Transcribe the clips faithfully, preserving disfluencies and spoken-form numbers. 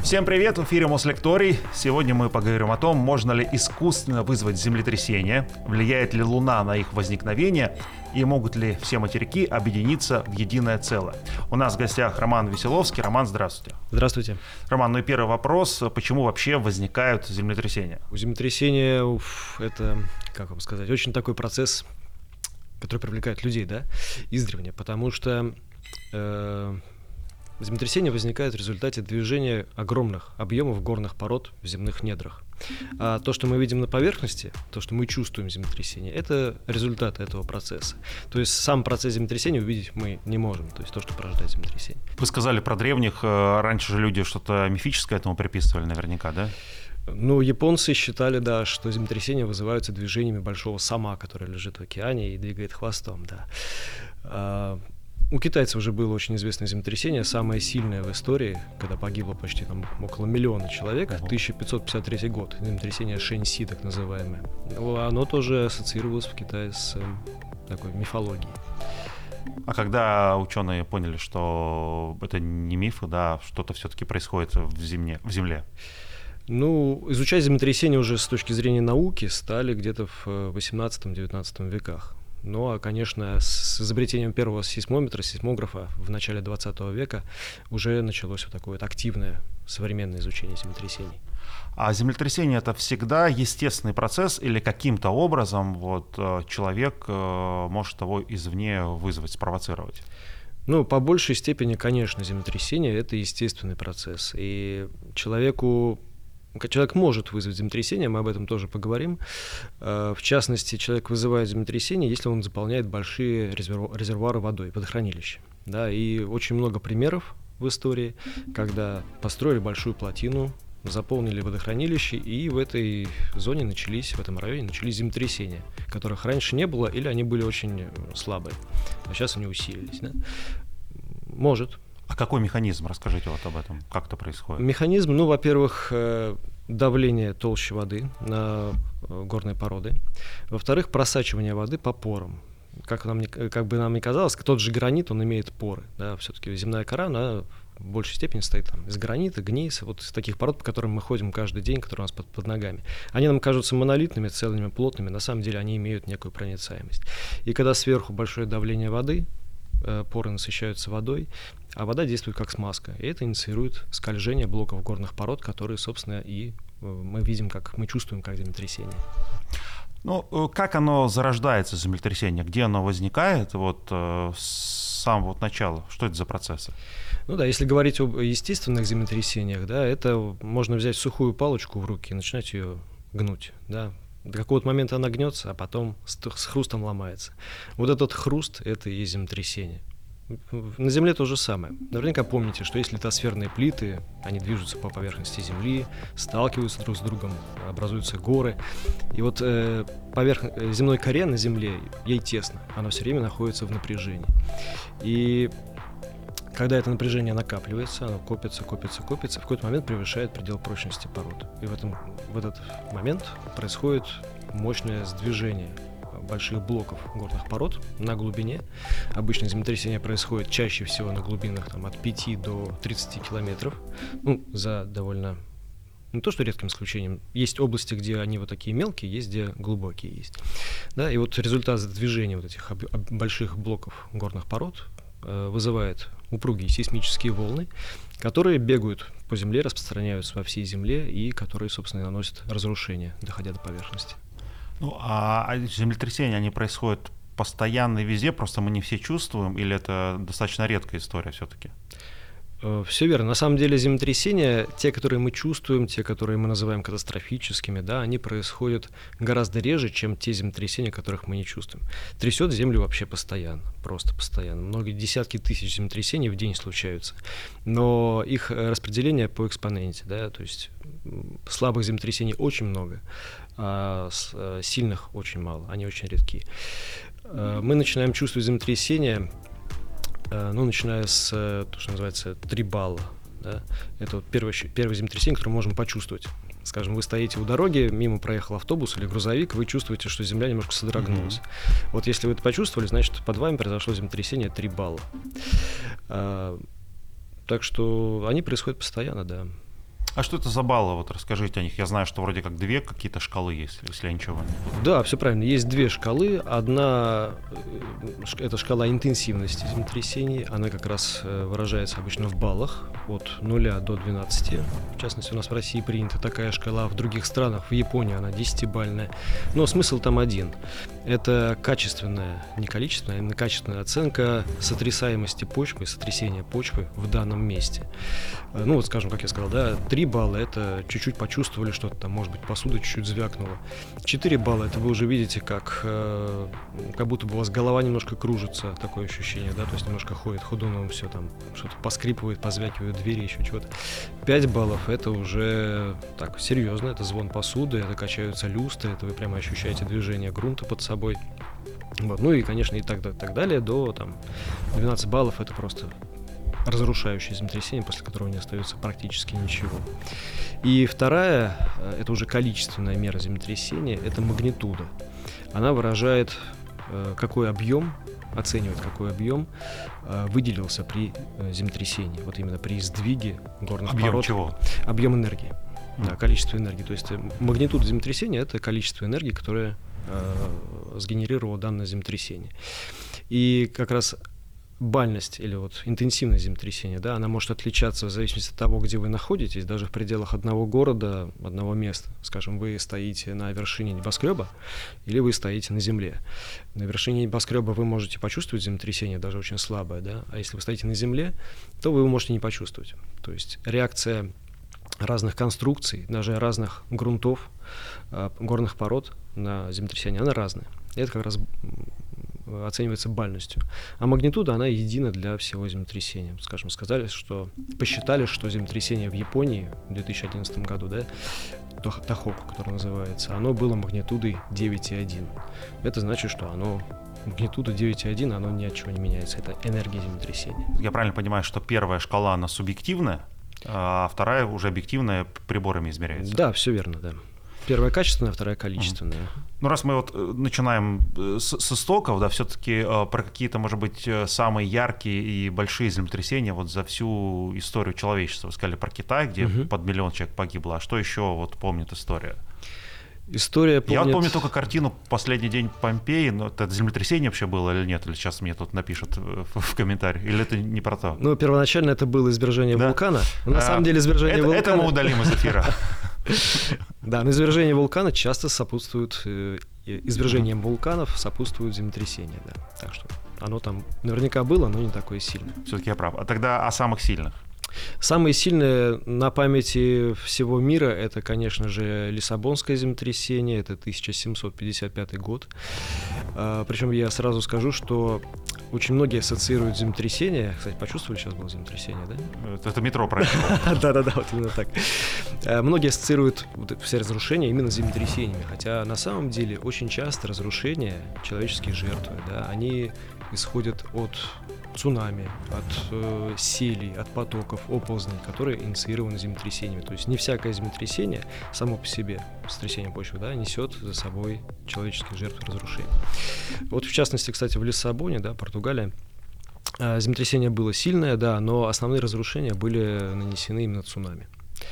Всем привет, в эфире Мослекторий. Сегодня мы поговорим о том, можно ли искусственно вызвать землетрясения, влияет ли Луна на их возникновение и могут ли все материки объединиться в единое целое. У нас в гостях Роман Веселовский. Роман, здравствуйте. Здравствуйте. Роман, ну и первый вопрос. Почему вообще возникают землетрясения? Землетрясение — это, как вам сказать, очень такой процесс, который привлекает людей, да, издревле, потому что э, землетрясения возникают в результате движения огромных объемов горных пород в земных недрах. А то, что мы видим на поверхности, то, что мы чувствуем землетрясение, это результат этого процесса. То есть сам процесс землетрясения увидеть мы не можем, то есть то, что порождает землетрясение. Вы сказали про древних, раньше же люди что-то мифическое этому приписывали наверняка, да? Ну, японцы считали, да, что землетрясения вызываются движениями большого сама, который лежит в океане и двигает хвостом, да. А, у китайцев уже было очень известное землетрясение, самое сильное в истории, когда погибло почти там около миллиона человек, тысяча пятьсот пятьдесят третий год, землетрясение Шэньси, так называемое. Оно тоже ассоциировалось в Китае с э, такой мифологией. А когда ученые поняли, что это не мифы, да, что-то все-таки происходит в земле, в земле? Ну, изучать землетрясения уже с точки зрения науки стали где-то в восемнадцатом-девятнадцатом веках. Ну, а, конечно, с изобретением первого сейсмометра, сейсмографа в начале двадцатого века уже началось вот такое вот активное современное изучение землетрясений. А землетрясение — это всегда естественный процесс или каким-то образом вот, человек может его извне вызвать, спровоцировать? Ну, по большей степени, конечно, землетрясение — это естественный процесс. И человеку Человек может вызвать землетрясение, мы об этом тоже поговорим. В частности, человек вызывает землетрясение, если он заполняет большие резервуары водой, водохранилища. Да, и очень много примеров в истории, когда построили большую плотину, заполнили водохранилище, и в этой зоне начались, в этом районе начались землетрясения, которых раньше не было, или они были очень слабые, а сейчас они усилились. Да? Может. А какой механизм? Расскажите вот об этом. Как это происходит? Механизм, ну, во-первых, давление толщи воды на горные породы. Во-вторых, просачивание воды по порам. Как, нам, как бы нам ни казалось, тот же гранит, он имеет поры. Да? Все-таки земная кора, она в большей степени состоит там из гранита, гнейса, вот из таких пород, по которым мы ходим каждый день, которые у нас под, под ногами. Они нам кажутся монолитными, целыми, плотными, на самом деле они имеют некую проницаемость. И когда сверху большое давление воды, поры насыщаются водой, а вода действует как смазка, и это инициирует скольжение блоков горных пород, которые, собственно, и мы видим, как мы чувствуем, как землетрясение. Ну, как оно зарождается, землетрясение? Где оно возникает? Вот с самого вот начала. Что это за процессы? Ну да, если говорить об естественных землетрясениях, да, это можно взять сухую палочку в руки и начинать ее гнуть, да. До какого-то момента она гнется, а потом с, с хрустом ломается. Вот этот хруст — это и есть землетрясение. На Земле то же самое. Наверняка помните, что есть литосферные плиты, они движутся по поверхности Земли, сталкиваются друг с другом, образуются горы. И вот э, поверх... земной коре на Земле, ей тесно, она все время находится в напряжении. И когда это напряжение накапливается, оно копится, копится, копится, в какой-то момент превышает предел прочности пород. И в, этом, в этот момент происходит мощное сдвижение больших блоков горных пород на глубине. Обычно землетрясение происходит чаще всего на глубинах там, от пяти до тридцати километров. Ну, за довольно... Не то, что редким исключением. Есть области, где они вот такие мелкие, есть, где глубокие есть. Да, и вот результат движения вот этих об... больших блоков горных пород э, вызывает упругие сейсмические волны, которые бегают по земле, распространяются во всей земле и которые, собственно, наносят разрушение, доходя до поверхности. Ну, а землетрясения, они происходят постоянно и везде, просто мы не все чувствуем, или это достаточно редкая история все-таки? Все верно. На самом деле землетрясения, те, которые мы чувствуем, те, которые мы называем катастрофическими, да, они происходят гораздо реже, чем те землетрясения, которых мы не чувствуем. Трясет землю вообще постоянно, просто постоянно. Многие десятки тысяч землетрясений в день случаются, но их распределение по экспоненте, да, то есть слабых землетрясений очень много, а сильных очень мало, они очень редки. Мы начинаем чувствовать землетрясения, ну, начиная с то, что называется три балла. Да? Это вот первое, первое землетрясение, которое мы можем почувствовать. Скажем, вы стоите у дороги, мимо проехал автобус или грузовик, вы чувствуете, что земля немножко содрогнулась. Mm-hmm. Вот если вы это почувствовали, значит, под вами произошло землетрясение три балла. А, так что они происходят постоянно, да. А что это за баллы? Вот расскажите о них. Я знаю, что вроде как две какие-то шкалы есть, если я ничего не путаю. Да, все правильно. Есть две шкалы. Одна — это шкала интенсивности землетрясений. Она как раз выражается обычно в баллах от нуля до двенадцати. В частности, у нас в России принята такая шкала, в других странах, в Японии она десятибалльная. Но смысл там один. Это качественная, не количественная, а именно качественная оценка сотрясаемости почвы, сотрясения почвы в данном месте. Ну вот, скажем, как я сказал, да, три балла — это чуть-чуть почувствовали что-то там, может быть, посуда чуть-чуть звякнула. четыре балла — это вы уже видите, как, э, как будто бы у вас голова немножко кружится, такое ощущение, да, то есть немножко ходит ходуном, все там, что-то поскрипывает, позвякивает двери, еще чего-то. пять баллов — это уже так серьезно, это звон посуды, это качаются люстры, это вы прямо ощущаете движение грунта под собой. Вот. Ну и, конечно, и так, так далее, до там, двенадцати баллов — это просто разрушающее землетрясение, после которого не остается практически ничего. И вторая, это уже количественная мера землетрясения, это магнитуда. Она выражает, какой объем, оценивает, какой объем выделился при землетрясении, вот именно при сдвиге горных объем пород. Чего? Объем энергии. Mm. Да, количество энергии. То есть магнитуда землетрясения — это количество энергии, которое э, сгенерировало данное землетрясение. И как раз бальность или вот интенсивность землетрясения, да, она может отличаться в зависимости от того, где вы находитесь, даже в пределах одного города, одного места. Скажем, вы стоите на вершине небоскреба или вы стоите на земле. На вершине небоскреба вы можете почувствовать землетрясение, даже очень слабое, да, а если вы стоите на земле, то вы его можете не почувствовать. То есть реакция разных конструкций, даже разных грунтов, горных пород на землетрясение, она разная. И это как раз оценивается бальностью. А магнитуда, она едина для всего землетрясения. Скажем, сказали, что посчитали, что землетрясение в Японии в две тысячи одиннадцатом году, да, Тохоку, которое называется, оно было магнитудой девять и один. Это значит, что оно магнитуда девять и один, оно ни от чего не меняется. Это энергия землетрясения. Я правильно понимаю, что первая шкала, она субъективная, а вторая уже объективная, приборами измеряется? Да, все верно, да. Первая качественная, вторая количественная. Ну, раз мы вот начинаем с, с истоков, да, все-таки э, про какие-то, может быть, самые яркие и большие землетрясения вот за всю историю человечества. Вы сказали про Китай, где угу. под миллион человек погибло. А что еще вот помнит история? История помнит... Я вот помню только картину «Последний день Помпеи», но это землетрясение вообще было или нет? Или сейчас мне тут напишут в, в комментариях? Или это не про то? Ну, первоначально это было извержение да? вулкана. На а, самом деле извержение это, вулкана... Это мы удалим из эфира. Да, на извержение вулкана часто сопутствуют, извержением вулканов сопутствуют землетрясения, да. Так что оно там наверняка было, но не такое сильное. Все-таки я прав. А тогда о самых сильных? Самые сильные на памяти всего мира — это, конечно же, Лиссабонское землетрясение, это тысяча семьсот пятьдесят пятый год. А, причем я сразу скажу, что очень многие ассоциируют землетрясение. Кстати, почувствовали, сейчас было землетрясение, да? Это, это метро прошло. Да-да-да, вот именно так. Многие ассоциируют все разрушения именно с землетрясениями, хотя на самом деле очень часто разрушения, человеческие жертвы, да, они исходят от цунами, от э, селей, от потоков, оползней, которые инициированы землетрясениями. То есть не всякое землетрясение само по себе, сотрясение почвы, да, несет за собой человеческие жертвы, разрушения. Вот в частности, кстати, в Лиссабоне, да, Португалия, э, землетрясение было сильное, да, но основные разрушения были нанесены именно цунами.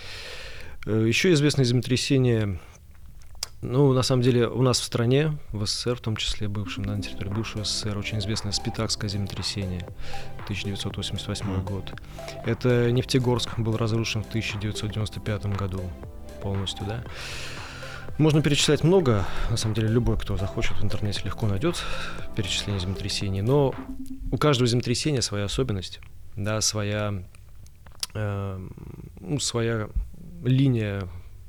Э, еще известное землетрясение. Ну, на самом деле, у нас в стране, в СССР, в том числе бывшем, да, на территории бывшего СССР, очень известное Спитакское землетрясение, тысяча девятьсот восемьдесят восьмой mm. год. Это Нефтегорск был разрушен в тысяча девятьсот девяносто пятом году полностью, да. Можно перечислять много, на самом деле, любой, кто захочет, в интернете легко найдет перечисление землетрясений, но у каждого землетрясения своя особенность, да, своя, э, ну, своя линия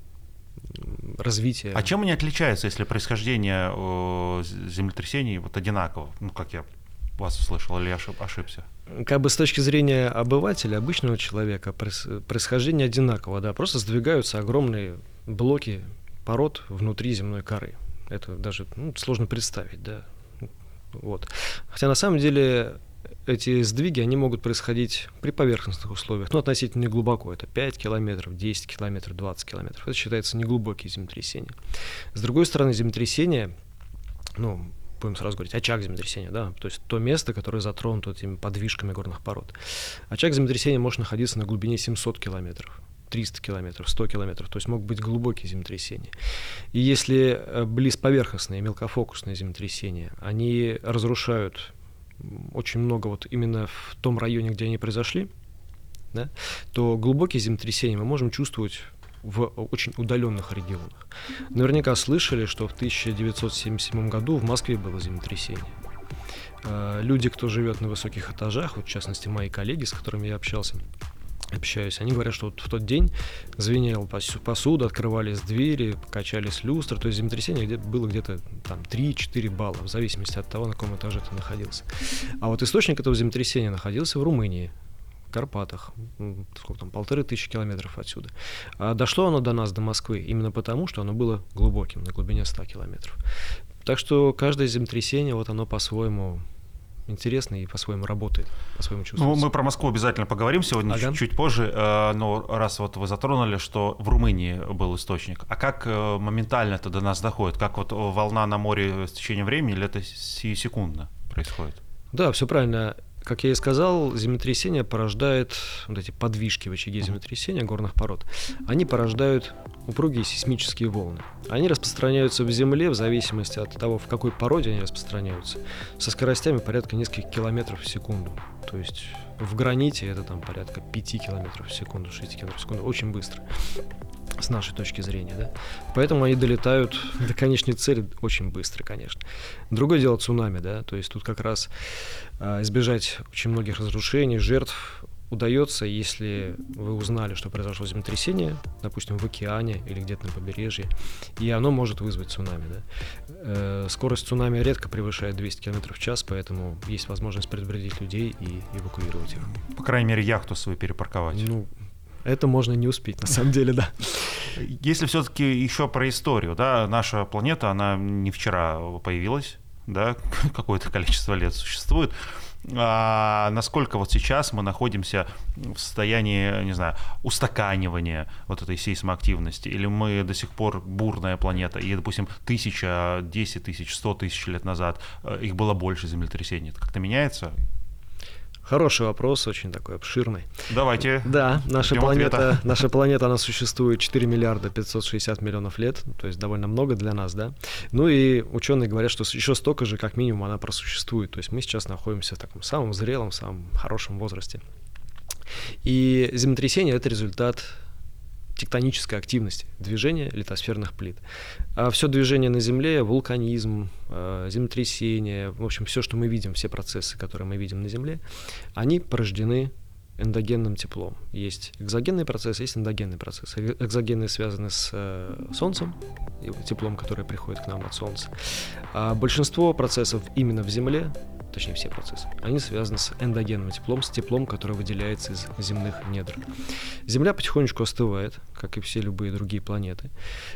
развития. А чем они отличаются, если происхождение э, землетрясений вот одинаково? Ну, как я вас услышал, или я ошиб, ошибся? Как бы с точки зрения обывателя, обычного человека, происхождение одинаково, да, просто сдвигаются огромные блоки пород внутри земной коры. Это даже, ну, сложно представить, да. Вот. Хотя на самом деле эти сдвиги, они могут происходить при поверхностных условиях, но относительно неглубоко. Это пять километров, десять километров, двадцать километров. Это считается неглубокие землетрясения. С другой стороны, землетрясение, ну, будем сразу говорить, очаг землетрясения, да, то есть то место, которое затронуто этими подвижками горных пород. Очаг землетрясения может находиться на глубине семьсот километров. триста километров, сто километров, то есть могут быть глубокие землетрясения. И если близповерхностные, мелкофокусные землетрясения, они разрушают очень много вот именно в том районе, где они произошли, да, то глубокие землетрясения мы можем чувствовать в очень удаленных регионах. Наверняка слышали, что в тысяча девятьсот семьдесят седьмом году в Москве было землетрясение. Люди, кто живет на высоких этажах, вот в частности мои коллеги, с которыми я общался, общаюсь, они говорят, что вот в тот день звенела посуда, открывались двери, качались люстры, то есть землетрясение где было где-то там три-четыре балла, в зависимости от того, на каком этаже ты находился. А вот источник этого землетрясения находился в Румынии, в Карпатах, сколько там, полторы тысячи километров отсюда. А дошло оно до нас, до Москвы, именно потому, что оно было глубоким, на глубине ста километров. Так что каждое землетрясение, вот оно по-своему интересно и по-своему работает, по-своему чувствуется. Ну, мы про Москву обязательно поговорим сегодня, ага. чуть, чуть позже, но раз вот вы затронули, что в Румынии был источник, а как моментально это до нас доходит? Как вот волна на море с течением времени, или это сиюсекундно происходит? Да, все правильно. Как я и сказал, землетрясение порождает вот эти подвижки в очаге землетрясения горных пород. Они порождают упругие сейсмические волны. Они распространяются в земле в зависимости от того, в какой породе они распространяются, со скоростями порядка нескольких километров в секунду. То есть в граните это там порядка пяти километров в секунду, шести километров в секунду. Очень быстро, с нашей точки зрения, да. Поэтому они долетают до конечной цели очень быстро, конечно. Другое дело цунами, да, то есть тут как раз а, избежать очень многих разрушений, жертв удается, если вы узнали, что произошло землетрясение, допустим, в океане или где-то на побережье, и оно может вызвать цунами, да. Э, скорость цунами редко превышает двести километров в час, поэтому есть возможность предупредить людей и эвакуировать их. По крайней мере, яхту свою перепарковать. Ну, это можно не успеть, на самом деле, да. Если все-таки еще про историю, да, наша планета, она не вчера появилась, да, какое-то количество лет существует. А насколько вот сейчас мы находимся в состоянии, не знаю, устаканивания вот этой сейсмоактивности, или мы до сих пор бурная планета, и, допустим, тысяча, десять тысяч, сто тысяч лет назад их было больше землетрясений, это как-то меняется? Хороший вопрос, очень такой обширный. Давайте. Да, наша планета, наша планета, она существует четыре миллиарда пятьсот шестьдесят миллионов лет, то есть довольно много для нас, да. Ну и ученые говорят, что еще столько же, как минимум, она просуществует. То есть мы сейчас находимся в таком самом зрелом, самом хорошем возрасте. И землетрясение — это результат тектонической активности, движения литосферных плит. А все движение на Земле, вулканизм, землетрясение, в общем, все, что мы видим, все процессы, которые мы видим на Земле, они порождены эндогенным теплом. Есть экзогенные процессы, есть эндогенные процессы. Экзогенные связаны с Солнцем, теплом, которое приходит к нам от Солнца. А большинство процессов именно в Земле, точнее все процессы, они связаны с эндогенным теплом, с теплом, которое выделяется из земных недр. Земля потихонечку остывает, как и все любые другие планеты.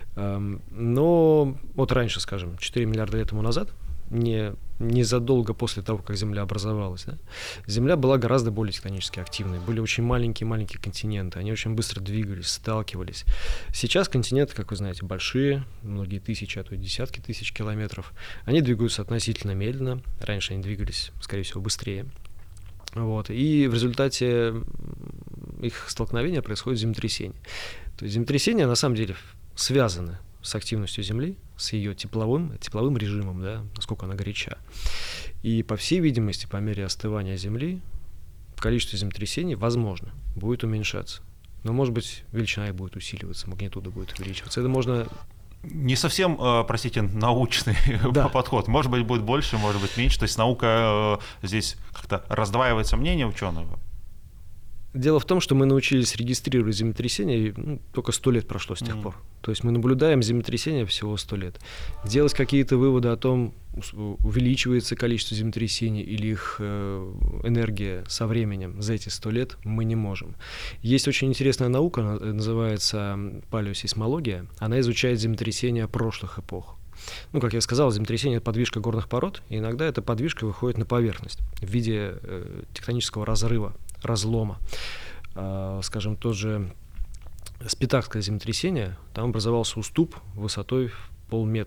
Но вот раньше, скажем, четыре миллиарда лет тому назад, не, незадолго после того, как Земля образовалась, да, Земля была гораздо более тектонически активной. Были очень маленькие-маленькие континенты, они очень быстро двигались, сталкивались. Сейчас континенты, как вы знаете, большие, многие тысячи, а то и десятки тысяч километров. Они двигаются относительно медленно, раньше они двигались, скорее всего, быстрее. Вот. И в результате их столкновения происходит землетрясение. То есть землетрясения на самом деле связаны с активностью Земли, с ее тепловым, тепловым режимом, да, насколько она горяча. И, по всей видимости, по мере остывания Земли, количество землетрясений, возможно, будет уменьшаться. Но, может быть, величина их будет усиливаться, магнитуда будет увеличиваться. Это можно... Не совсем, простите, научный да. подход. Может быть, будет больше, может быть, меньше. То есть наука здесь как-то раздваивается мнение ученого. Дело в том, что мы научились регистрировать землетрясения, ну, только сто лет прошло с тех mm. пор. То есть мы наблюдаем землетрясения всего сто лет. Делать какие-то выводы о том, увеличивается количество землетрясений или их э, энергия со временем за эти сто лет, мы не можем. Есть очень интересная наука, называется палеосейсмология. Она изучает землетрясения прошлых эпох. Ну, как я сказал, землетрясение — это подвижка горных пород, и иногда эта подвижка выходит на поверхность в виде э, тектонического разрыва, разлома. Э, скажем, тот же Спитакское землетрясение, там образовался уступ высотой в полметра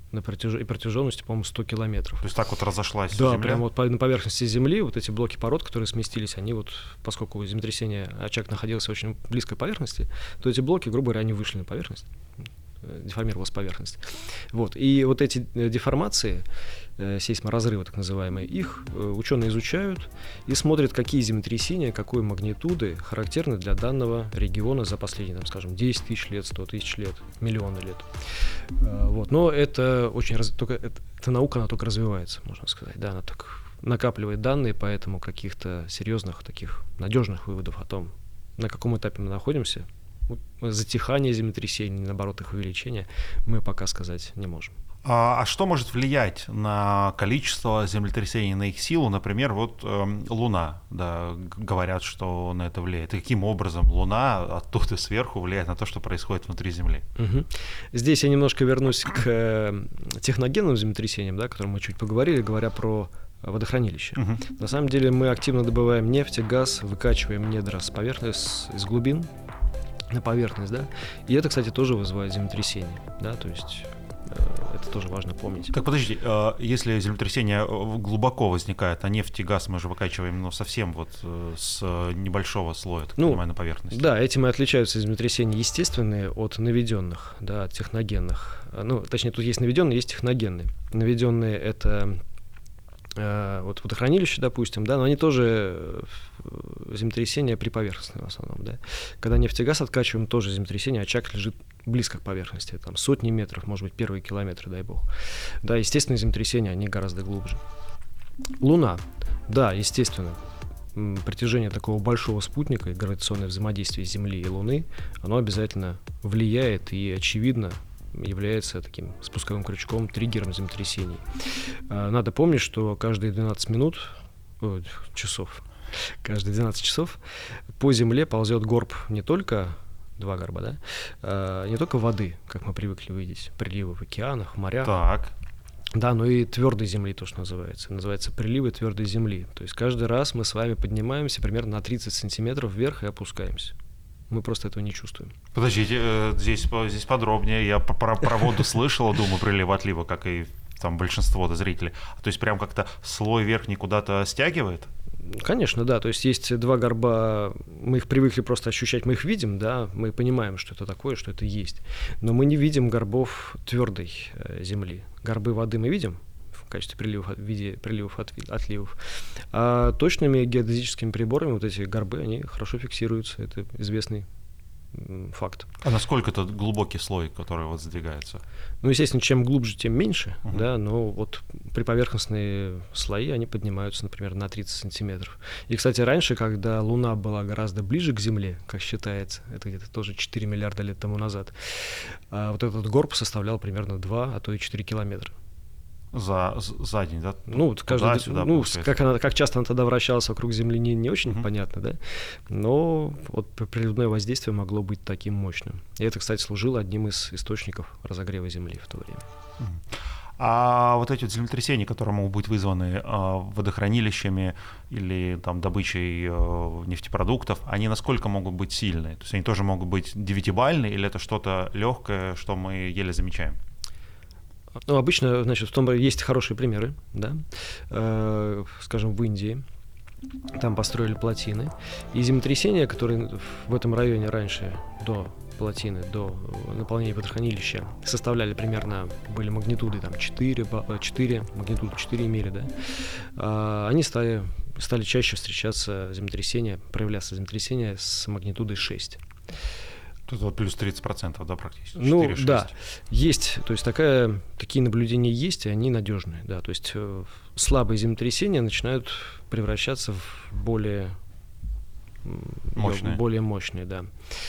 на протяж... и протяженностью, по-моему, сто километров. То есть так вот разошлась да, земля? прямо вот по... на поверхности Земли вот эти блоки пород, которые сместились, они вот, поскольку землетрясение, очаг находился очень близко к поверхности, то эти блоки, грубо говоря, они вышли на поверхность, деформировалась поверхность. Вот. И вот эти деформации, сейсморазрывы так называемые, их ученые изучают и смотрят, какие землетрясения, какой магнитуды характерны для данного региона за последние, там, скажем, десять тысяч лет, сто тысяч лет, миллионы лет. Вот. Но это очень раз... только это, эта наука, она только развивается, можно сказать. Да, она так накапливает данные, поэтому каких-то серьезных таких надежных выводов о том, на каком этапе мы находимся, затихание землетрясений, наоборот, их увеличение, мы пока сказать не можем. А, а что может влиять на количество землетрясений, на их силу? Например, вот э, Луна, да, говорят, что на это влияет. И каким образом Луна оттуда сверху влияет на то, что происходит внутри Земли? Угу. Здесь я немножко вернусь к э, техногенным землетрясениям, да, о которых мы чуть поговорили, говоря про водохранилище. Uh-huh. На самом деле мы активно добываем нефть и газ, выкачиваем недра с поверхности, из глубин на поверхность, да, и это, кстати, тоже вызывает землетрясение, да, то есть э, это тоже важно помнить. Так, подождите, э, если землетрясение глубоко возникает, а нефть и газ мы же выкачиваем, ну, совсем вот э, с небольшого слоя, так ну, понимаю, на поверхности. Да, этим и отличаются землетрясения естественные от наведенных, да, от техногенных. Ну, точнее, тут есть наведенные, есть техногенные. Наведенные — это вот водохранилище, допустим, да, но они тоже землетрясения приповерхностные в основном, да. Когда нефть и газ откачиваем, тоже землетрясение, очаг лежит близко к поверхности, там сотни метров, может быть, первые километры, дай бог. Да, естественные землетрясения, они гораздо глубже. Луна, да, естественно, притяжение такого большого спутника и гравитационное взаимодействие Земли и Луны, оно обязательно влияет и, очевидно, является таким спусковым крючком, триггером землетрясений. Надо помнить, что каждые двенадцать минут, о, часов, каждые двенадцать часов по Земле ползет горб не только, два горба, да, не только воды, как мы привыкли видеть, приливы в океанах, в морях. Так. Да, но и твердой земли, то, что называется. Называется приливы твердой земли. То есть каждый раз мы с вами поднимаемся примерно на тридцать сантиметров вверх и опускаемся. Мы просто этого не чувствуем. Подождите, здесь, здесь подробнее. Я про, про воду слышал, думаю, прилива-отлива, как и там большинство зрителей. То есть прям как-то слой верхний куда-то стягивает? Конечно, да. То есть есть два горба, мы их привыкли просто ощущать, мы их видим, да, мы понимаем, что это такое, что это есть. Но мы не видим горбов твердой земли. Горбы воды мы видим в качестве приливов, в виде приливов, отливов. А точными геодезическими приборами вот эти горбы, они хорошо фиксируются. Это известный факт. А насколько это глубокий слой, который вот сдвигается? Ну, естественно, чем глубже, тем меньше, uh-huh. да, но вот приповерхностные слои, они поднимаются, например, на тридцать сантиметров. И, кстати, раньше, когда Луна была гораздо ближе к Земле, как считается, это где-то тоже четыре миллиарда лет тому назад, вот этот горб составлял примерно два, а то и четыре километра. За, за день, да? Ну, вот каждый, сюда, ну как, она, как часто она тогда вращалась вокруг Земли, не, не очень uh-huh. понятно, да? Но вот приливное воздействие могло быть таким мощным. И это, кстати, служило одним из источников разогрева Земли в то время. Uh-huh. А вот эти вот землетрясения, которые могут быть вызваны э, водохранилищами или там добычей э, нефтепродуктов, они насколько могут быть сильные? То есть они тоже могут быть девятибальные или это что-то легкое, что мы еле замечаем? Ну, обычно, значит, в том есть хорошие примеры, да, э, скажем, в Индии, там построили плотины, и землетрясения, которые в этом районе раньше, до плотины, до наполнения водохранилища, составляли примерно, были магнитуды там четыре, четыре магнитуды четыре имели, да, э, они стали, стали чаще встречаться землетрясения, проявляться землетрясения с магнитудой шесть. Тут вот плюс тридцать процентов, да, практически. Ну, да, есть, то есть такая, такие наблюдения есть, и они надежные, да, то есть э, слабые землетрясения начинают превращаться в более мощные, более мощные, да.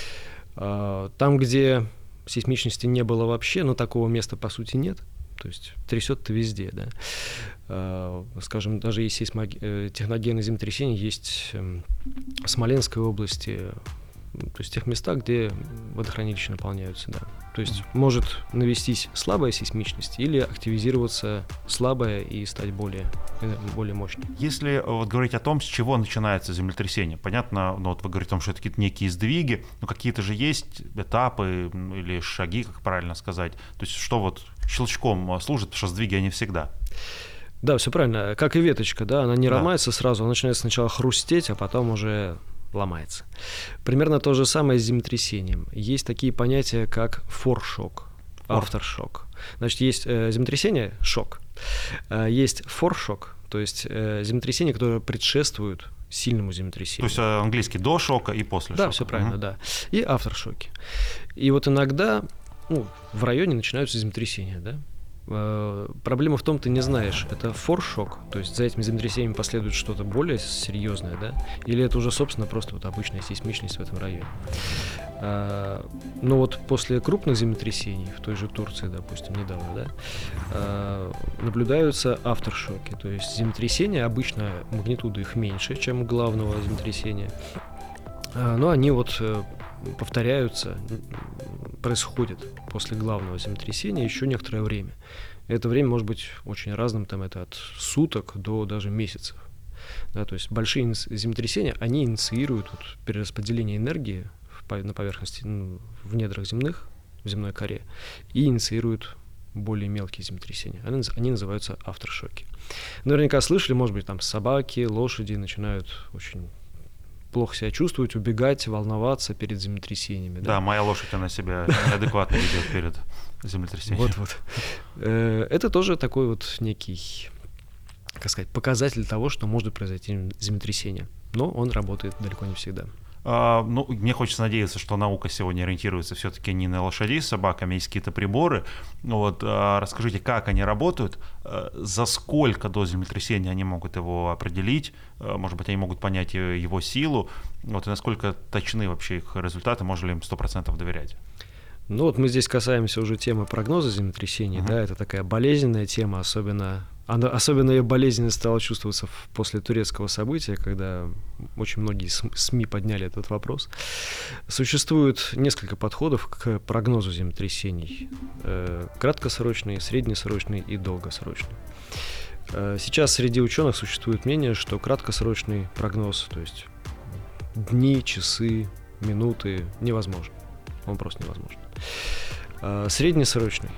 Э, там, где сейсмичности не было вообще, но такого места по сути нет, то есть трясет-то везде, да. Э, скажем, даже есть сейсмог... э, техногенные землетрясения, есть э, в Смоленской области, то есть в тех местах, где водохранилища наполняются, да. То есть может навестись слабая сейсмичность или активизироваться слабая и стать более, более мощной. Если вот говорить о том, с чего начинается землетрясение, понятно, ну вот вы говорите о том, что это какие-то некие сдвиги, но какие-то же есть этапы или шаги, как правильно сказать. То есть что вот, щелчком служит, потому что сдвиги они всегда. Да, все правильно. Как и веточка, да, она не Да. ломается сразу, она начинает сначала хрустеть, а потом уже ломается. Примерно то же самое с землетрясением. Есть такие понятия, как форшок, авторшок. Значит, есть э, землетрясение, шок. Э, есть форшок, то есть э, землетрясение, которое предшествует сильному землетрясению. То есть э, английский до шока и после Да, шока. все правильно, Мгм. да. И авторшоки. И вот иногда, ну, в районе начинаются землетрясения, да. Э, Проблема в том, ты не знаешь, это форшок, то есть за этим землетрясением последует что-то более серьезное, да, или это уже, собственно, просто вот обычная сейсмичность в этом районе. Э, Но вот после крупных землетрясений, в той же Турции, допустим, недавно, да, э, наблюдаются авторшоки, то есть землетрясения, обычно магнитуда их меньше, чем у главного землетрясения, Э, но они вот э, повторяются, м, происходят после главного землетрясения еще некоторое время. Это время может быть очень разным, там это от суток до даже месяцев. Да, то есть большие инс- землетрясения, они инициируют вот перераспределение энергии в по- на поверхности, ну, в недрах земных, в земной коре, и инициируют более мелкие землетрясения. Они, наз- они называются авторшоки. Наверняка слышали, может быть, там собаки, лошади начинают очень плохо себя чувствовать, убегать, волноваться перед землетрясениями. Да, моя лошадь, она себя неадекватно ведет перед землетрясением. Вот-вот. Э, Это тоже такой вот некий, как сказать, показатель того, что может произойти землетрясение. Но он работает далеко не всегда. А, ну, мне хочется надеяться, что наука сегодня ориентируется все-таки не на лошадей с собаками, а есть какие-то приборы. Вот, а, расскажите, как они работают, а, за сколько до землетрясения они могут его определить, а, может быть, они могут понять э, его силу, вот, и насколько точны вообще их результаты, можно ли им сто процентов доверять? Ну вот мы здесь касаемся уже темы прогноза землетрясений, Мгм. да, это такая болезненная тема, особенно, она, особенно ее болезненность стала чувствоваться в- после турецкого события, когда очень многие см- СМИ подняли этот вопрос. Существует несколько подходов к прогнозу землетрясений. Э, краткосрочный, среднесрочный и долгосрочный. Э, Сейчас среди ученых существует мнение, что краткосрочный прогноз, то есть дни, часы, минуты, невозможен. Он просто невозможен. А, Среднесрочный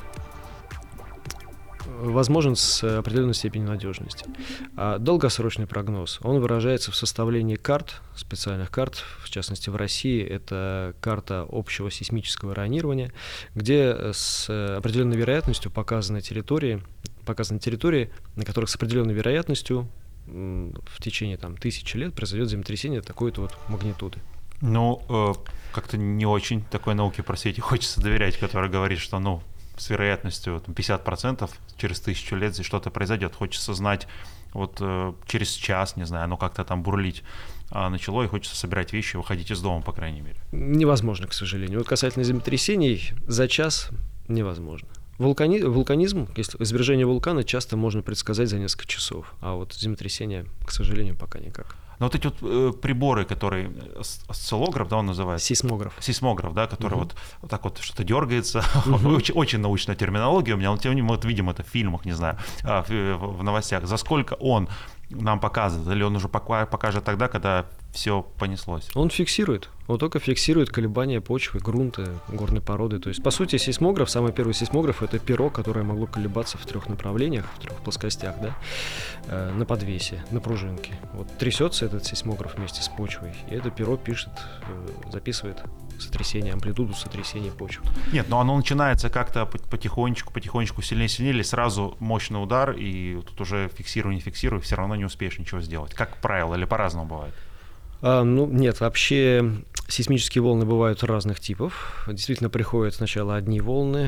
возможен с определенной степенью надежности. А долгосрочный прогноз, он выражается в составлении карт, специальных карт, в частности в России это карта общего сейсмического районирования, где с определенной вероятностью показаны территории, показаны территории, на которых с определенной вероятностью м, в течение там, тысячи лет произойдет землетрясение такой-то вот магнитуды. Ну, э, как-то не очень такой науке про сети хочется доверять, которая говорит, что, ну, с вероятностью там, пятьдесят процентов через тысячу лет здесь что-то произойдет. Хочется знать, вот э, через час, не знаю, оно как-то там бурлить а, начало, и хочется собирать вещи и выходить из дома, по крайней мере. Невозможно, к сожалению. Вот касательно землетрясений, за час невозможно. Вулкани... Вулканизм, если извержение вулкана, часто можно предсказать за несколько часов, а вот землетрясение, к сожалению, пока никак. Но вот эти вот э, приборы, которые ос- осциллограф, да, он называется? Сейсмограф. Сейсмограф, да, который Мгм. вот, вот так вот что-то дергается. Мгм. очень, очень научная терминология у меня, но тем не менее мы вот видим это в фильмах, не знаю, а, в, в- в новостях. За сколько он нам показывает? Или он уже пока- покажет тогда, когда все понеслось? Он фиксирует. Он только фиксирует колебания почвы, грунта, горной породы. То есть, по сути, сейсмограф, самый первый сейсмограф, это перо, которое могло колебаться в трех направлениях, в трех плоскостях, да, э, на подвесе, на пружинке. Вот трясется этот сейсмограф вместе с почвой, и это перо пишет, э, записывает сотрясение, амплитуду сотрясения почвы. Нет, но оно начинается как-то по- потихонечку, потихонечку сильнее, сильнее, или сразу мощный удар, и тут уже фиксируй, не фиксируй, все равно не успеешь ничего сделать. Как правило, или по-разному бывает? А, ну, нет, вообще сейсмические волны бывают разных типов. Действительно, приходят сначала одни волны,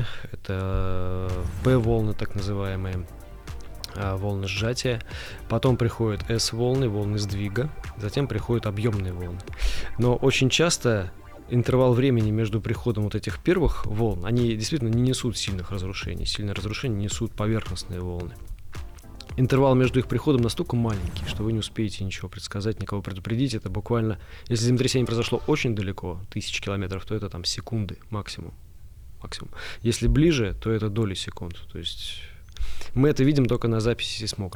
это P-волны, так называемые, а, волны сжатия. Потом приходят S-волны, волны сдвига. Затем приходят объемные волны. Но очень часто интервал времени между приходом вот этих первых волн, они действительно не несут сильных разрушений. Сильные разрушения несут поверхностные волны. Интервал между их приходом настолько маленький, что вы не успеете ничего предсказать, никого предупредить. Это буквально, если землетрясение произошло очень далеко, тысячи километров, то это там секунды максимум. максимум. Если ближе, то это доли секунд. То есть мы это видим только на записи сейсмографов.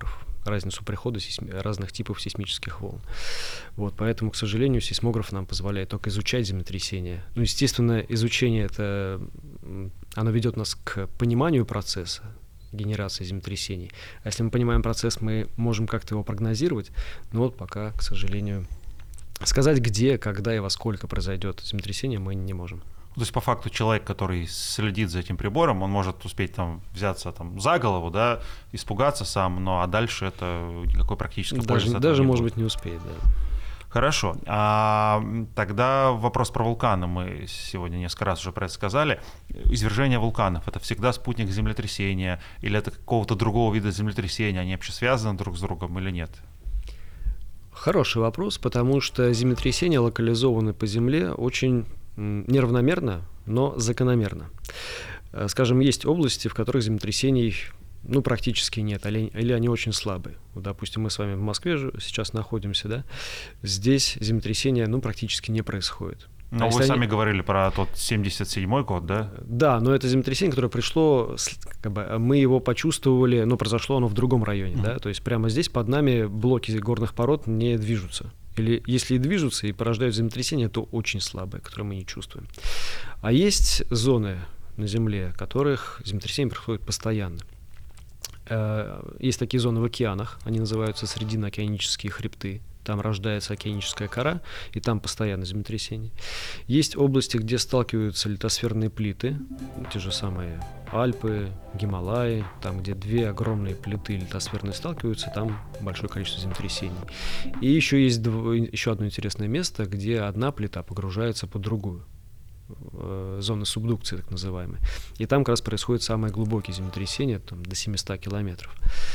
разницу прихода сейсми... разных типов сейсмических волн. Вот, поэтому, к сожалению, сейсмограф нам позволяет только изучать землетрясения. Ну, естественно, изучение это, оно ведет нас к пониманию процесса генерации землетрясений. А если мы понимаем процесс, мы можем как-то его прогнозировать, но вот пока, к сожалению, сказать, где, когда и во сколько произойдет землетрясение, мы не можем. То есть, по факту, человек, который следит за этим прибором, он может успеть там взяться там, за голову, да, испугаться сам, но а дальше это никакой практической пользы Даже, от этого даже не может будет. быть, не успеет, да. Хорошо. А тогда вопрос про вулканы. Мы сегодня несколько раз уже про это сказали. Извержение вулканов — это всегда спутник землетрясения или это какого-то другого вида землетрясения? Они вообще связаны друг с другом или нет? Хороший вопрос, потому что землетрясения локализованы по Земле очень неравномерно, но закономерно. Скажем, есть области, в которых землетрясений ну, практически нет, или, или они очень слабые. Вот, допустим, мы с вами в Москве же сейчас находимся, да, здесь землетрясения ну, практически не происходит. Но а вы сами они... говорили про тот семьдесят седьмой год, да? Да, но это землетрясение, которое пришло, как бы, мы его почувствовали, но произошло оно в другом районе, mm-hmm. да, то есть прямо здесь под нами блоки горных пород не движутся. Или если и движутся и порождают землетрясения, то очень слабые, которые мы не чувствуем. А есть зоны на Земле, в которых землетрясения происходят постоянно. Есть такие зоны в океанах, они называются срединно-океанические хребты. Там рождается океаническая кора, и там постоянно землетрясения. Есть области, где сталкиваются литосферные плиты, те же самые Альпы, Гималаи, там, где две огромные плиты литосферные сталкиваются, там большое количество землетрясений. И еще есть дв... еще одно интересное место, где одна плита погружается под другую. Зоны субдукции, так называемые. И там как раз происходит самое глубокие землетрясения, там, до семьсот километров.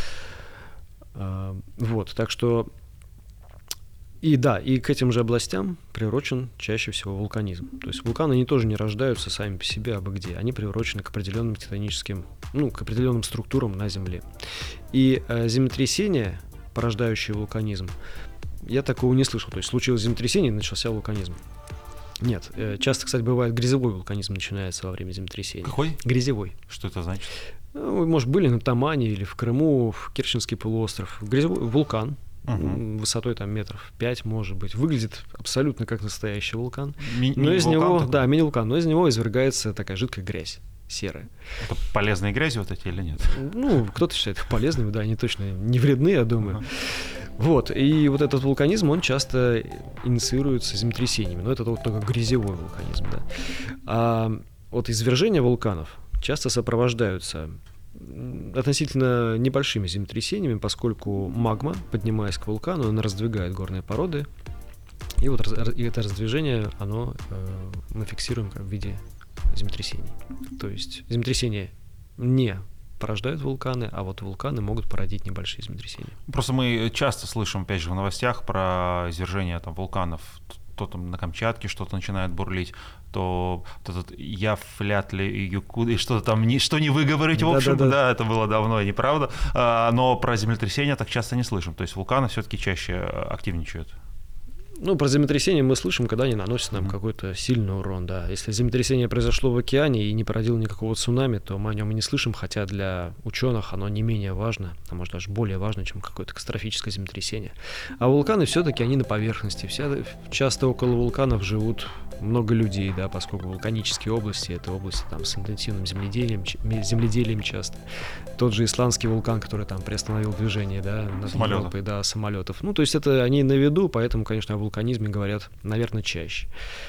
Вот, так что и да, и к этим же областям приурочен чаще всего вулканизм. То есть вулканы, они тоже не рождаются сами по себе, абы где. Они приурочены к определенным тектоническим, ну, к определенным структурам на Земле. И э, землетрясения, порождающие вулканизм, я такого не слышал. То есть случилось землетрясение, и начался вулканизм. Нет, часто, кстати, бывает грязевой вулканизм начинается во время землетрясения. Какой? Грязевой. Что это значит? Ну, вы, может, были на Тамане или в Крыму, в Керченский полуостров. Грязевой вулкан, uh-huh. высотой там метров пять, может быть. Выглядит абсолютно как настоящий вулкан. Ми- но из него, такой? Да, мини-вулкан, но из него извергается такая жидкая грязь, серая. Это полезные грязи вот эти или нет? Ну, кто-то считает их полезными, да, они точно не вредны, я думаю. Uh-huh. Вот, и вот этот вулканизм, он часто инициируется землетрясениями, но это вот только грязевой вулканизм, да. А вот извержения вулканов часто сопровождаются относительно небольшими землетрясениями, поскольку магма, поднимаясь к вулкану, она раздвигает горные породы, и вот и это раздвижение, оно э, мы фиксируем в виде землетрясений. То есть землетрясения не порождают вулканы, а вот вулканы могут породить небольшие землетрясения. Просто мы часто слышим, опять же, в новостях про извержение там, вулканов. То там на Камчатке что-то начинает бурлить, то этот Яфлятли и Юкут, и что-то там, не, что не выговорить, в общем, да, да, да. да, это было давно и неправда, а, но про землетрясения так часто не слышим, то есть вулканы все-таки чаще активничают. Ну, про землетрясение мы слышим, когда они наносят нам mm-hmm. какой-то сильный урон, да. Если землетрясение произошло в океане и не породило никакого цунами, то мы о нем и не слышим, хотя для ученых оно не менее важно, а может даже более важно, чем какое-то катастрофическое землетрясение. А вулканы все-таки они на поверхности. Вся, часто около вулканов живут много людей, да, поскольку вулканические области — это области там с интенсивным земледелием, земледелием часто. Тот же исландский вулкан, который там приостановил движение, да, над самолетов. Европой, да, самолетов. Ну, то есть это они на виду, поэтому, конечно, о вулканизме говорят, наверное, чаще.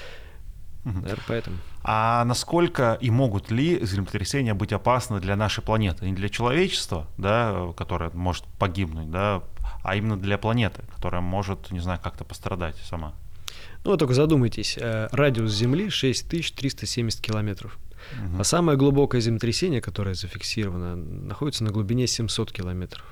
Угу. Наверное, поэтому. А насколько и могут ли землетрясения быть опасны для нашей планеты? Не для человечества, да, которое может погибнуть, да, а именно для планеты, которая может, не знаю, как-то пострадать сама? Ну, вы только задумайтесь, радиус Земли шесть тысяч триста семьдесят километров. Угу. А самое глубокое землетрясение, которое зафиксировано, находится на глубине семьсот километров.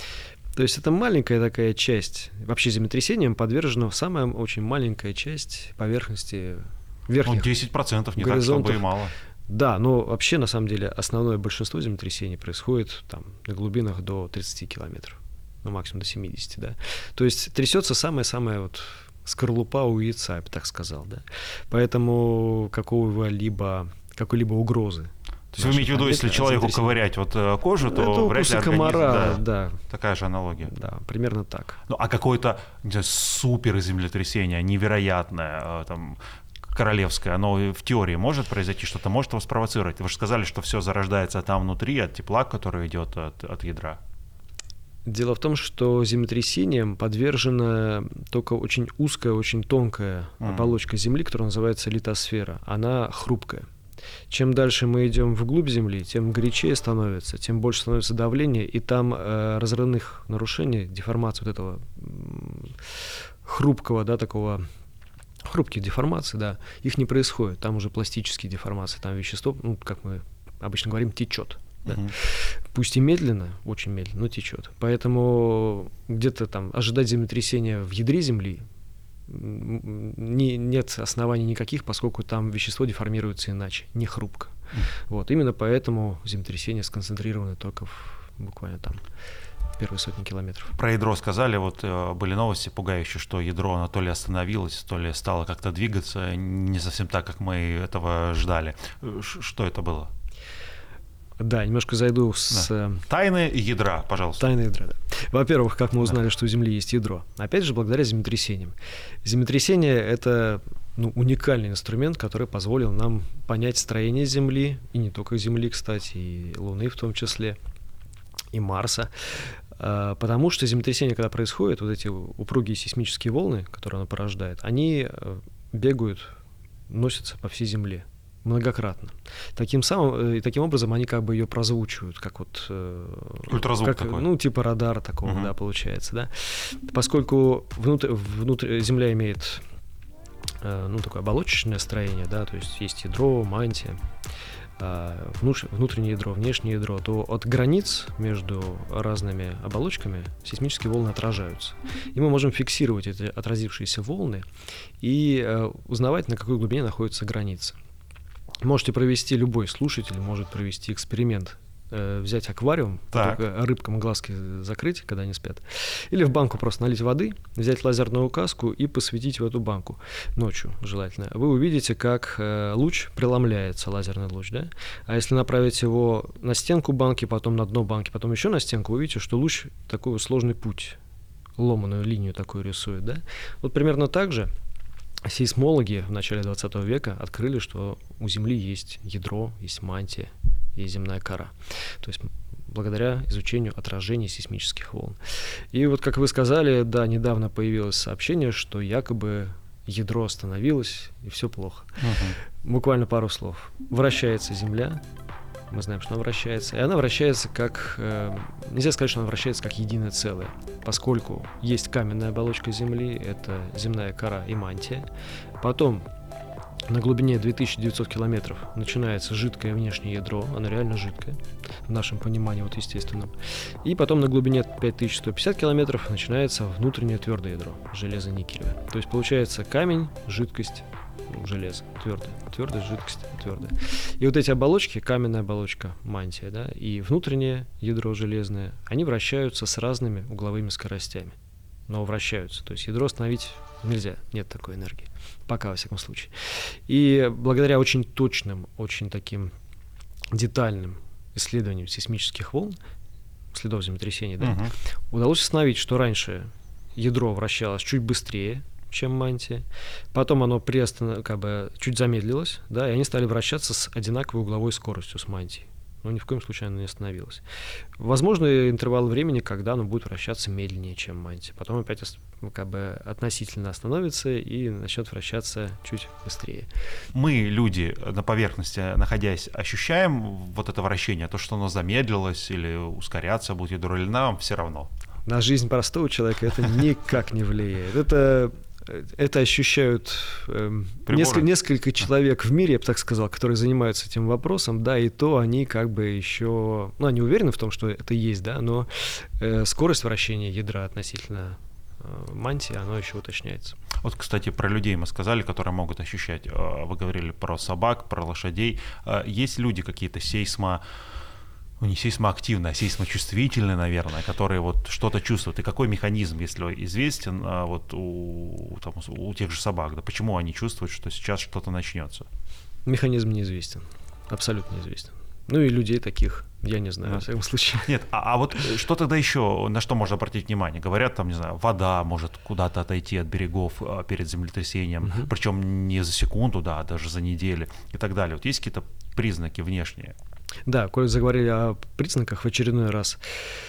То есть это маленькая такая часть. Вообще землетрясениям подвержена самая очень маленькая часть поверхности верхних. Ну, десять процентов не так, чтобы и мало. Да, но вообще, на самом деле, основное большинство землетрясений происходит там, на глубинах до тридцати километров, ну, максимум до семидесяти, да. То есть трясется самое-самое вот скорлупа у яйца, я бы так сказал, да. Поэтому какого-либо, какой-либо угрозы. То То есть вы имеете в виду, если человеку ковырять вот кожу, то это вряд ли организм... комара, да, да. Такая же аналогия. Да, примерно так. Ну, а какое-то, не знаю, супер землетрясение, невероятное, там, королевское, оно в теории может произойти, что-то может его спровоцировать? Вы же сказали, что все зарождается там внутри, от тепла, который идет от, от ядра. Дело в том, что землетрясениям подвержена только очень узкая, очень тонкая mm. оболочка Земли, которая называется литосфера. Она хрупкая. Чем дальше мы идем вглубь Земли, тем горячее становится, тем больше становится давление, и там э, разрывных нарушений, деформации вот этого э, хрупкого, да, такого, хрупкие деформации, да, их не происходит. Там уже пластические деформации, там вещество, ну, как мы обычно говорим, течет. Да. Uh-huh. Пусть и медленно, очень медленно, но течет. Поэтому где-то там ожидать землетрясения в ядре Земли не, нет оснований никаких, поскольку там вещество деформируется иначе, не хрупко. Uh-huh. Вот. Именно поэтому землетрясения сконцентрированы только в, буквально там первые сотни километров. Про ядро сказали, вот были новости пугающие, что ядро, оно то ли остановилось, то ли стало как-то двигаться, не совсем так, как мы этого ждали. Ш- что это было? Да, немножко зайду с... Да. Тайны ядра, пожалуйста. Тайны ядра, да. Во-первых, как мы узнали, да. что у Земли есть ядро? Опять же, благодаря землетрясениям. Землетрясение — это ну, уникальный инструмент, который позволил нам понять строение Земли, и не только Земли, кстати, и Луны в том числе, и Марса. Потому что землетрясение, когда происходит, вот эти упругие сейсмические волны, которые оно порождает, они бегают, носятся по всей Земле. Многократно. Таким самым, и таким образом они как бы ее прозвучивают, как вот... Ультразвук как, такой. Ну, типа радара такого, uh-huh. да, получается, да. Поскольку внутрь, внутрь, Земля имеет, ну, такое оболочечное строение, да, то есть есть ядро, мантия, внутреннее ядро, внешнее ядро, то от границ между разными оболочками сейсмические волны отражаются. И мы можем фиксировать эти отразившиеся волны и узнавать, на какой глубине находится граница. Можете провести, любой слушатель может провести эксперимент, э, взять аквариум, рыбкам глазки закрыть, когда они спят, или в банку просто налить воды, взять лазерную указку и посветить в эту банку ночью, желательно. Вы увидите, как э, луч преломляется, лазерный луч, да? А если направить его на стенку банки, потом на дно банки, потом еще на стенку, вы увидите, что луч такой вот сложный путь, ломаную линию такую рисует, да? Вот примерно так же сейсмологи в начале двадцатого века открыли, что у Земли есть ядро, есть мантия, есть земная кора. То есть благодаря изучению отражений сейсмических волн. И вот, как вы сказали, да, недавно появилось сообщение, что якобы ядро остановилось, и все плохо. Uh-huh. Буквально пару слов. Вращается Земля, мы знаем, что она вращается, и она вращается как... Э, нельзя сказать, что она вращается как единое целое, поскольку есть каменная оболочка Земли, это земная кора и мантия. Потом на глубине две тысячи девятьсот километров начинается жидкое внешнее ядро, оно реально жидкое, в нашем понимании, вот естественном. И потом на глубине пять тысяч сто пятьдесят километров начинается внутреннее твердое ядро, железо-никелевое. То есть получается камень, жидкость, железо, твердое, твердая жидкость, твердая. И вот эти оболочки, каменная оболочка, мантия, да, и внутреннее ядро железное, они вращаются с разными угловыми скоростями, но вращаются. То есть ядро остановить нельзя, нет такой энергии, пока, во всяком случае. И благодаря очень точным, очень таким детальным исследованиям сейсмических волн, следов землетрясений, да, uh-huh. удалось установить, что раньше ядро вращалось чуть быстрее, чем мантия. Потом оно приостанов... как бы чуть замедлилось, да, и они стали вращаться с одинаковой угловой скоростью с мантией. Но ни в коем случае оно не остановилось. Возможно, интервал времени, когда оно будет вращаться медленнее, чем мантия. Потом опять как бы относительно остановится и начнет вращаться чуть быстрее. Мы, люди, на поверхности находясь, ощущаем вот это вращение, то, что оно замедлилось или ускоряться будет ядро, или нам все равно? На жизнь простого человека это никак не влияет. Это Это ощущают э, несколько, несколько человек в мире, я бы так сказал, которые занимаются этим вопросом, да, и то они как бы еще, ну, они уверены в том, что это есть, да, но э, скорость вращения ядра относительно э, мантии, она еще уточняется. Вот, кстати, про людей мы сказали, которые могут ощущать. Вы говорили про собак, про лошадей. Есть люди какие-то сейсмо... Ну, не сейсмоактивные, а сейсмочувствительные, наверное, которые вот что-то чувствуют. И какой механизм, если известен, вот у, там, у тех же собак, да, почему они чувствуют, что сейчас что-то начнется? Механизм неизвестен, абсолютно неизвестен. Ну и людей таких, я не знаю, Да. во всяком случае. Нет, а, а вот что тогда еще, на что можно обратить внимание? Говорят, там, не знаю, вода может куда-то отойти от берегов а, перед землетрясением, Мгм. причем не за секунду, да, а даже за недели и так далее. Вот есть какие-то признаки внешние? Да, коль заговорили о признаках в очередной раз,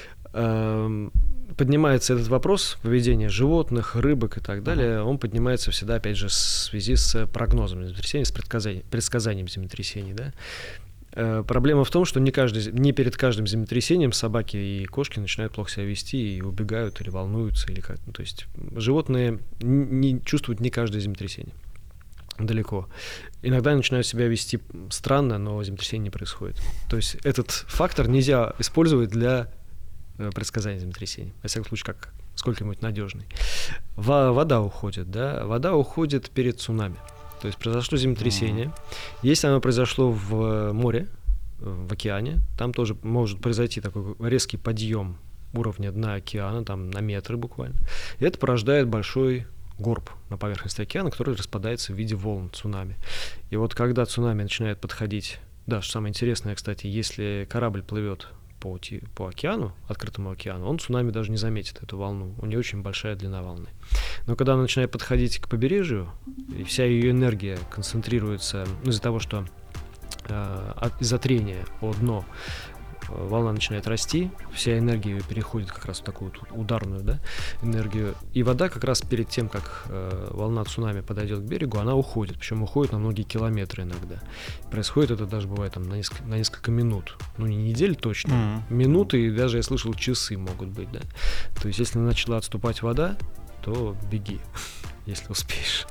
эм, поднимается этот вопрос поведения животных, рыбок и так далее, он поднимается всегда, опять же, в связи с прогнозом землетрясений, с предсказанием, предсказанием землетрясений, да. Э, Проблема в том, что не, каждый, не перед каждым землетрясением собаки и кошки начинают плохо себя вести и убегают или волнуются, или как. Ну, то есть животные н- не чувствуют не каждое землетрясение. Далеко. Иногда начинают себя вести странно, но землетрясение не происходит. То есть этот фактор нельзя использовать для э, предсказания землетрясений. Во всяком случае, как сколько-нибудь надежный. Во- вода уходит, да? Вода уходит перед цунами. То есть произошло землетрясение. Если оно произошло в море, в океане, там тоже может произойти такой резкий подъем уровня дна океана, там на метры буквально. И это порождает большой горб на поверхности океана, который распадается в виде волн цунами. И вот когда цунами начинает подходить, да, что самое интересное, кстати, если корабль плывет по, ти- по океану, открытому океану, он цунами даже не заметит эту волну. У нее очень большая длина волны. Но когда она начинает подходить к побережью, и вся ее энергия концентрируется, ну, из-за того, что э, от- из-за трения о дно э, волна начинает расти, вся энергия переходит как раз в такую вот ударную, да, энергию. И вода как раз перед тем, как э, волна цунами подойдет к берегу, она уходит. Причем уходит на многие километры иногда. Происходит это даже бывает там, на, несколько, на несколько минут. Ну, не недель точно, Мгм. минуты, и даже я слышал, часы могут быть, да. То есть, если начала отступать вода, то беги, если успеешь.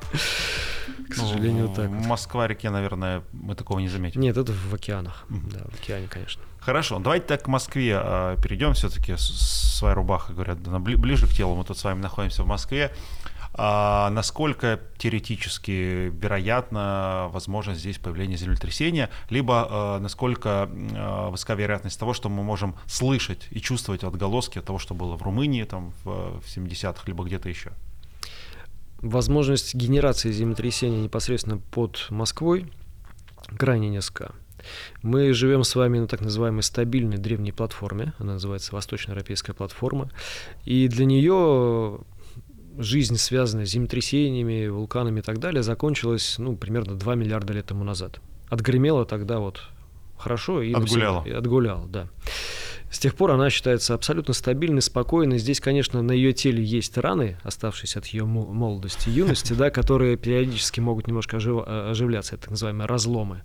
К сожалению, Ну, так в вот. Москва-реке, наверное, мы такого не заметим. Нет, это в океанах. Мгм. Да, в океане, конечно. Хорошо, давайте так к Москве а, перейдем. Все-таки своя рубаха, говорят, она бли- ближе к телу. Мы тут с вами находимся в Москве. А насколько теоретически вероятно возможность здесь появления землетрясения, либо а, насколько а, высока вероятность того, что мы можем слышать и чувствовать отголоски того, что было в Румынии там, в, в семидесятых, либо где-то еще? Возможность генерации землетрясения непосредственно под Москвой крайне низка. Мы живем с вами на так называемой стабильной древней платформе, она называется Восточноевропейская платформа, и для нее жизнь, связанная с землетрясениями, вулканами и так далее, закончилась, ну, примерно два миллиарда лет тому назад. Отгремела тогда вот хорошо и Отгуляла. навсегда- и отгуляла, да. С тех пор она считается абсолютно стабильной, спокойной. Здесь, конечно, на ее теле есть раны, оставшиеся от ее мо- молодости и юности, да, которые периодически могут немножко ожив- оживляться, это так называемые разломы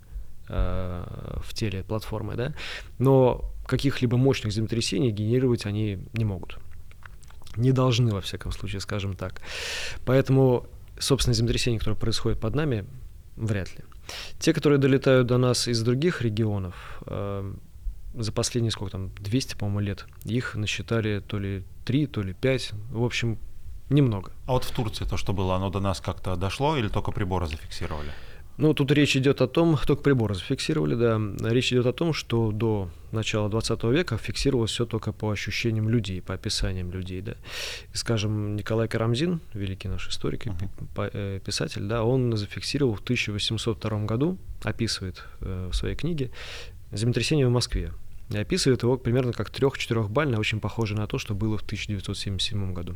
э, в теле платформы, да, но каких-либо мощных землетрясений генерировать они не могут. Не должны, во всяком случае, скажем так. Поэтому, собственно, землетрясения, которые происходят под нами, вряд ли. Те, которые долетают до нас из других регионов, э, за последние, сколько там, двести, по-моему, лет, их насчитали то ли три, то ли пять, в общем, немного. А вот в Турции то, что было, оно до нас как-то дошло или только приборы зафиксировали? Ну, тут речь идет о том, только приборы зафиксировали, да, речь идет о том, что до начала двадцатого века фиксировалось все только по ощущениям людей, по описаниям людей, да. И, скажем, Николай Карамзин, великий наш историк и Мгм. пи- по- э, писатель, да, он зафиксировал в тысяча восемьсот втором году, описывает э, в своей книге землетрясение в Москве. И описывает его примерно как трех-четырехбальное, очень похоже на то, что было в тысяча девятьсот семьдесят седьмом году.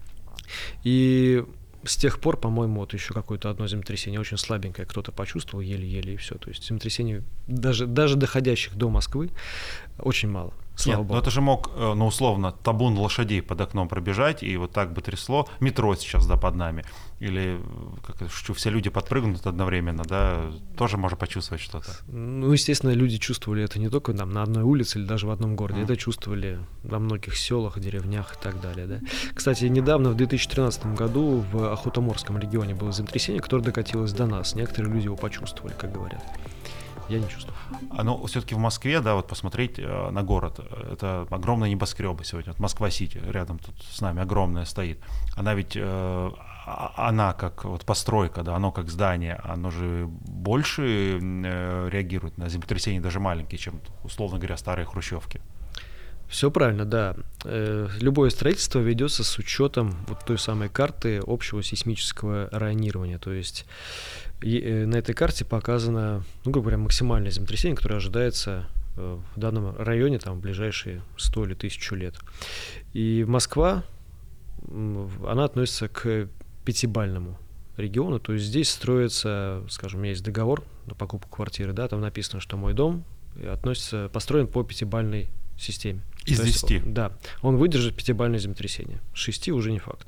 И с тех пор, по-моему, вот еще какое-то одно землетрясение очень слабенькое кто-то почувствовал еле-еле и все. То есть землетрясений, даже, даже доходящих до Москвы, очень мало. Слава Нет, богу. но это же мог, э, ну, условно, табун лошадей под окном пробежать, и вот так бы трясло. Метро сейчас, да, под нами. Или э, как, это, что все люди подпрыгнут одновременно, да, тоже можно почувствовать что-то. Ну, естественно, люди чувствовали это не только там на одной улице или даже в одном городе, Мгм. это чувствовали во многих селах, деревнях и так далее, да. Кстати, недавно, в две тысячи тринадцатом году, в Охотоморском регионе было землетрясение, которое докатилось до нас. Некоторые люди его почувствовали, как говорят. Я не чувствую. А, ну, все-таки в Москве, да, вот посмотреть э, на город, э, это огромные небоскребы сегодня. Вот Москва-Сити рядом тут с нами огромная стоит. Она ведь, э, а- она как вот постройка, да, оно как здание, оно же больше э, реагирует на землетрясения, даже маленькие, чем, условно говоря, старые хрущевки. Все правильно, да. Э, Любое строительство ведется с учетом вот той самой карты общего сейсмического районирования. То есть и, э, на этой карте показано, ну, грубо говоря, максимальное землетрясение, которое ожидается э, в данном районе там, в ближайшие сто или тысячу лет. И Москва, она относится к пятибалльному региону, то есть здесь строится, скажем, у меня есть договор на покупку квартиры, да, там написано, что мой дом относится, построен по пятибалльной системе. Из десяти? Да, он выдержит пятибалльное землетрясение. С шести уже не факт.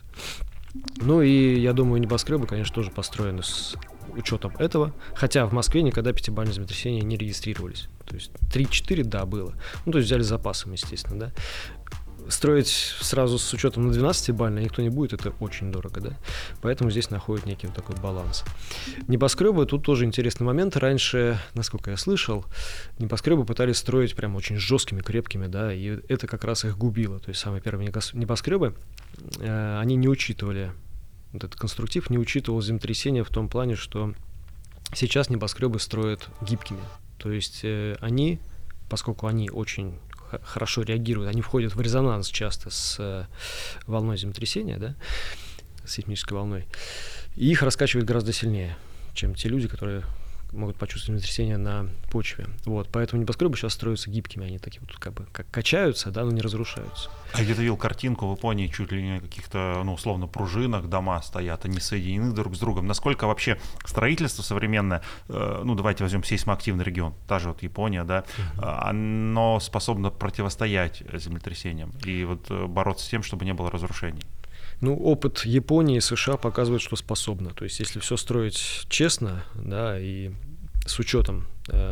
Ну и я думаю, небоскребы, конечно, тоже построены с учетом этого, хотя в Москве никогда пятибалльные землетрясения не регистрировались. То есть три-четыре, да, было. Ну, то есть взяли с запасом, естественно, да. Строить сразу с учетом на двенадцатибалльное никто не будет, это очень дорого, да. Поэтому здесь находит некий вот такой баланс. Небоскребы, тут тоже интересный момент. Раньше, насколько я слышал, небоскребы пытались строить прям очень жесткими, крепкими, да, и это как раз их губило. То есть самые первые небоскребы, э, они не учитывали, вот этот конструктив не учитывал землетрясения в том плане, что сейчас небоскребы строят гибкими. То есть э, они, поскольку они очень хорошо реагируют, они входят в резонанс часто с э, волной землетрясения, да, с сейсмической волной, и их раскачивает гораздо сильнее, чем те люди, которые могут почувствовать землетрясение на почве. Вот, поэтому небоскребы сейчас строятся гибкими, они такие вот как бы как качаются, да, но не разрушаются. А где-то видел картинку в Японии, чуть ли не каких-то, ну, условно, пружинах дома стоят, они соединены друг с другом. Насколько вообще строительство современное, э, ну, давайте возьмем сейсмоактивный регион, та же вот Япония, да, uh-huh. оно способно противостоять землетрясениям и вот бороться с тем, чтобы не было разрушений? Ну, опыт Японии и США показывает, что способно. То есть, если все строить честно, да, и с учетом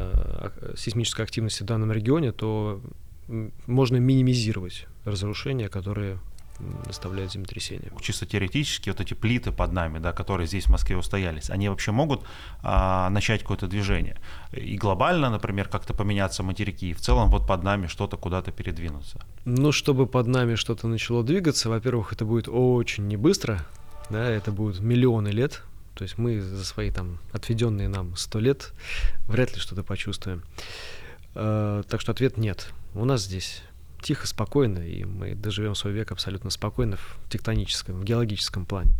э, сейсмической активности в данном регионе, то можно минимизировать разрушения, которые доставляют землетрясения. Чисто теоретически вот эти плиты под нами, да, которые здесь в Москве устоялись, они вообще могут а, начать какое-то движение? И глобально, например, как-то поменяться материки, и в целом вот под нами что-то куда-то передвинуться? Ну, чтобы под нами что-то начало двигаться, во-первых, это будет очень небыстро, да, это будут миллионы лет, то есть мы за свои там отведенные нам сто лет вряд ли что-то почувствуем. А, так что ответ нет. У нас здесь тихо, спокойно, и мы доживем свой век абсолютно спокойно в тектоническом, в геологическом плане.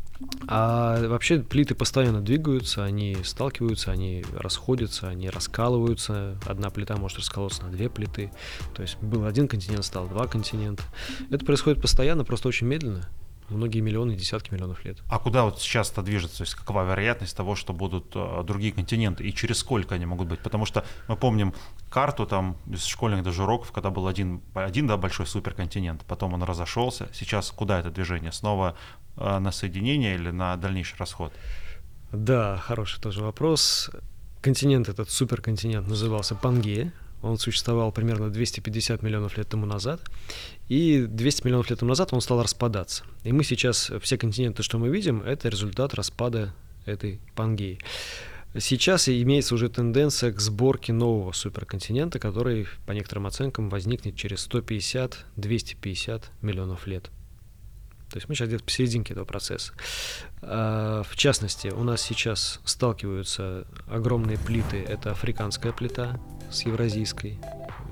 А вообще плиты постоянно двигаются, они сталкиваются, они расходятся, они раскалываются. Одна плита может расколоться на две плиты. То есть был один континент, стал два континента. Это происходит постоянно, просто очень медленно. Многие миллионы, десятки миллионов лет. А куда вот сейчас это движется? То есть какова вероятность того, что будут uh, другие континенты, и через сколько они могут быть? Потому что мы помним карту там из школьных даже уроков, когда был один, один да, большой суперконтинент, потом он разошелся. Сейчас куда это движение? Снова uh, на соединение или на дальнейший расход? Да, хороший тоже вопрос. Континент, этот суперконтинент, назывался Пангея. Он существовал примерно двести пятьдесят миллионов лет тому назад, и двести миллионов лет тому назад он стал распадаться. И мы сейчас, все континенты, что мы видим, это результат распада этой Пангеи. Сейчас имеется уже тенденция к сборке нового суперконтинента, который, по некоторым оценкам, возникнет через сто пятьдесят - двести пятьдесят миллионов лет. То есть мы сейчас где-то посерединке этого процесса. В частности, у нас сейчас сталкиваются огромные плиты. Это африканская плита с евразийской.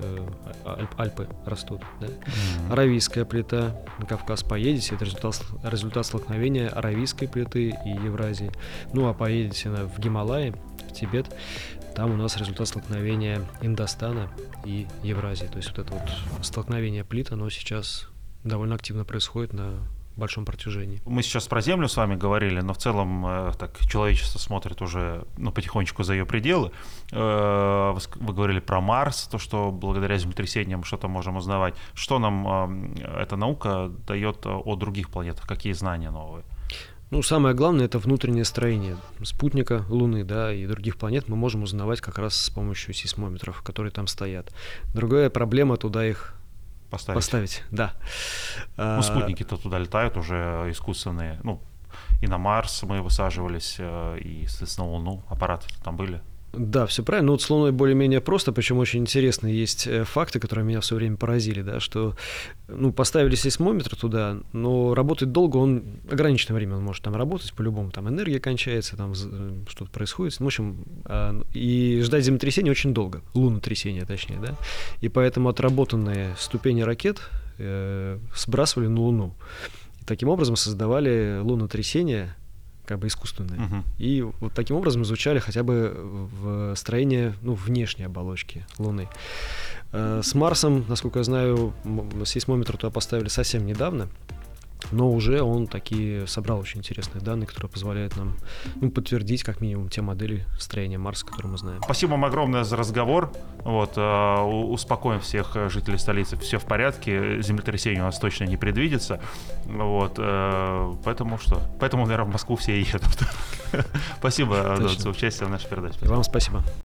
Альпы растут. Да? Mm-hmm. Аравийская плита. На Кавказ поедете, это результат, результат столкновения аравийской плиты и Евразии. Ну а поедете в Гималаи, в Тибет, там у нас результат столкновения Индостана и Евразии. То есть вот это вот столкновение плит, оно сейчас довольно активно происходит на большом протяжении. Мы сейчас про Землю с вами говорили, но в целом э, так человечество смотрит уже ну, потихонечку за ее пределы. Э, вы говорили про Марс, то, что благодаря землетрясениям что-то можем узнавать. Что нам э, эта наука дает о других планетах? Какие знания новые? Ну, самое главное — это внутреннее строение спутника Луны, да, и других планет мы можем узнавать как раз с помощью сейсмометров, которые там стоят. Другая проблема — туда их Поставить. Поставить, да. Ну, спутники-то туда летают уже искусственные. Ну, и на Марс мы высаживались, и, соответственно, на Луну аппараты там были. Да, все правильно. Ну, вот с Луной более-менее просто, причем очень интересные есть факты, которые меня все время поразили, да, что ну, поставили сейсмометр туда, но работать долго он, ограниченное время он может там работать, по-любому там энергия кончается, там что-то происходит, ну, в общем, и ждать землетрясения очень долго, лунотрясения точнее, да, и поэтому отработанные ступени ракет э, сбрасывали на Луну. И таким образом создавали лунотрясения, как бы искусственные. Мгм. И вот таким образом изучали хотя бы в строение, ну, внешней оболочки Луны. Э, С Марсом, насколько я знаю, м- сейсмометр туда поставили совсем недавно, но уже он такие собрал очень интересные данные, которые позволяют нам, ну, подтвердить как минимум те модели строения Марса, которые мы знаем. Спасибо вам огромное за разговор. Вот, э, у- успокоим всех э, жителей столицы. Все в порядке. Землетрясение у нас точно не предвидится. Вот, э, поэтому что? Поэтому, наверное, в Москву все и едут. Спасибо, Точно. за участие в нашей передаче. И вам спасибо.